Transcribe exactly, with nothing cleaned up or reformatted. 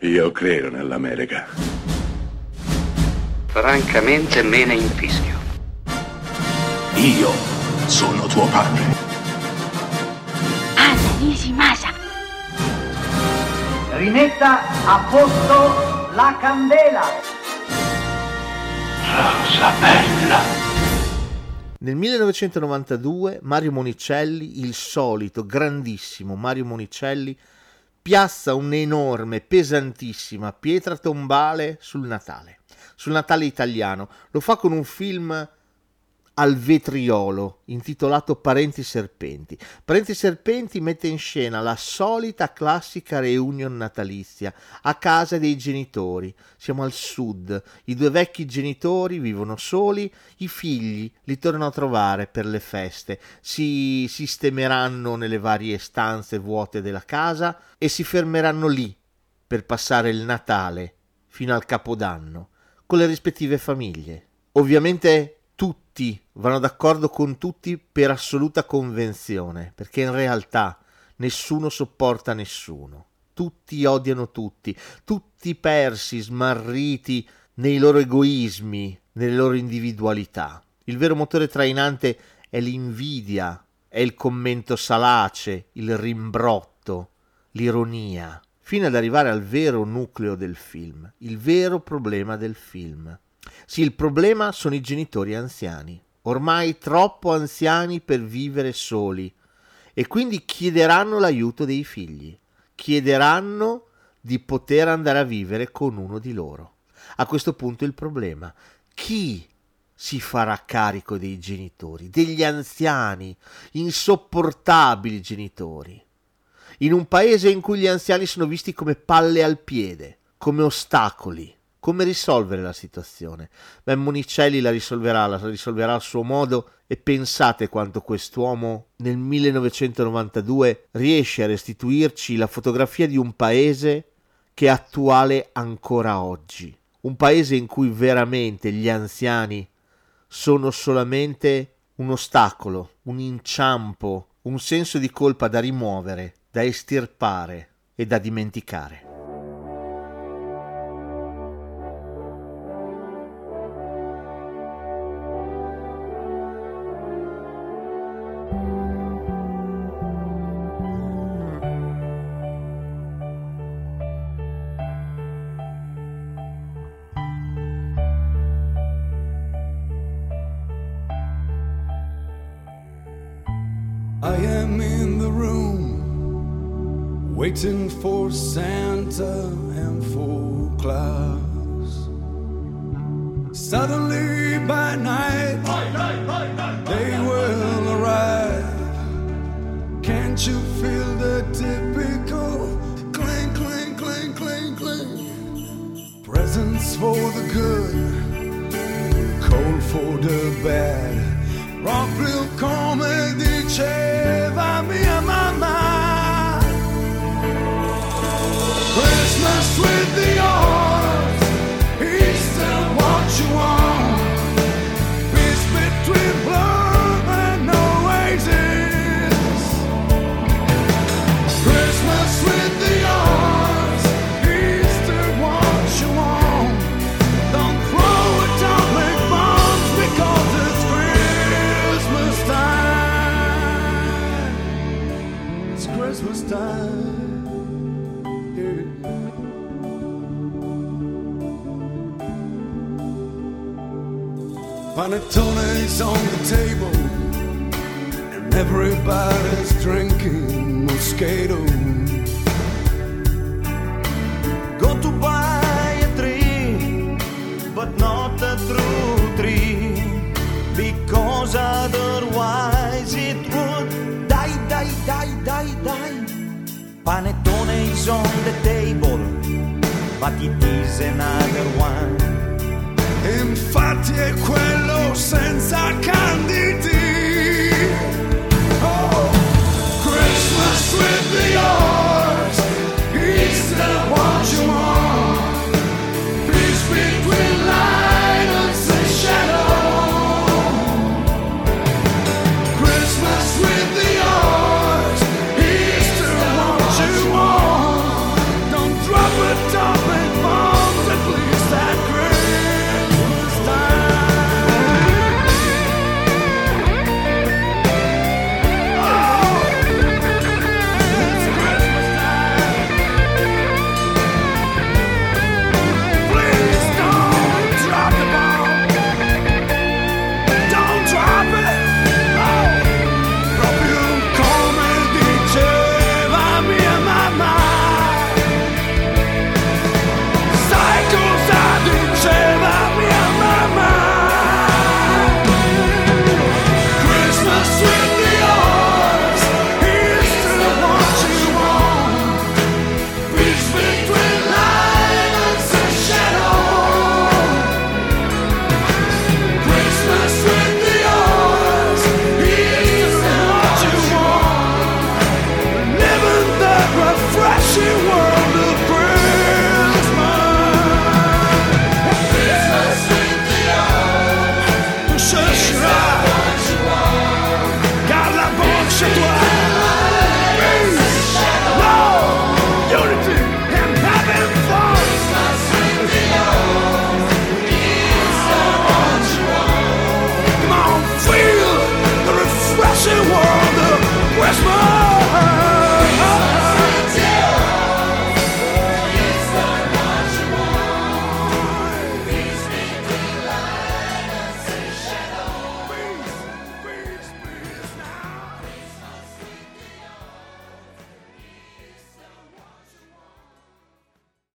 Io credo nell'America. Francamente me ne infischio. Io sono tuo padre. Anna Nishimasa. Rimetta a posto la candela. Rosa bella. Nel millenovecentonovantadue Mario Monicelli, il solito grandissimo Mario Monicelli, piazza un'enorme, pesantissima pietra tombale sul Natale, sul Natale italiano. Lo fa con un film al vetriolo intitolato Parenti Serpenti. Parenti Serpenti mette in scena la solita classica reunion natalizia a casa dei genitori. Siamo al sud, i due vecchi genitori vivono soli, i figli li tornano a trovare per le feste, si sistemeranno nelle varie stanze vuote della casa e si fermeranno lì per passare il Natale fino al Capodanno con le rispettive famiglie. Ovviamente tutti vanno d'accordo con tutti per assoluta convenzione, perché in realtà nessuno sopporta nessuno, tutti odiano tutti, tutti persi, smarriti nei loro egoismi, nelle loro individualità. Il vero motore trainante è l'invidia, è il commento salace, il rimbrotto, l'ironia, fino ad arrivare al vero nucleo del film, il vero problema del film. Sì, il problema sono i genitori anziani, ormai troppo anziani per vivere soli, e quindi chiederanno l'aiuto dei figli, chiederanno di poter andare a vivere con uno di loro. A questo punto il problema: chi si farà carico dei genitori, degli anziani, insopportabili genitori, in un paese in cui gli anziani sono visti come palle al piede, come ostacoli? Come risolvere la situazione? Beh, Monicelli la risolverà, la risolverà a suo modo, e pensate quanto quest'uomo nel millenovecentonovantadue riesce a restituirci la fotografia di un paese che è attuale ancora oggi. Un paese in cui veramente gli anziani sono solamente un ostacolo, un inciampo, un senso di colpa da rimuovere, da estirpare e da dimenticare. I am in the room, waiting for Santa and for Claus. Suddenly by night, they will arrive. Can't you feel the typical clink, clink, clink, clink, clink? Presents for the good, cold for the bad. Proprio come diceva mia mamma. Christmas with the odds, Easter what you want. Peace between blood and oasis. Christmas with the odds, Easter what you want. Don't throw atomic bombs because it's Christmas time. It's Christmas time. Yeah. Panettone's on the table and everybody's drinking Moscato. Go to buy a tree, but not a true tree, because otherwise it would die, die, die, die, die. Panettone is on the table, but it is another one. Infatti è quello senza candy.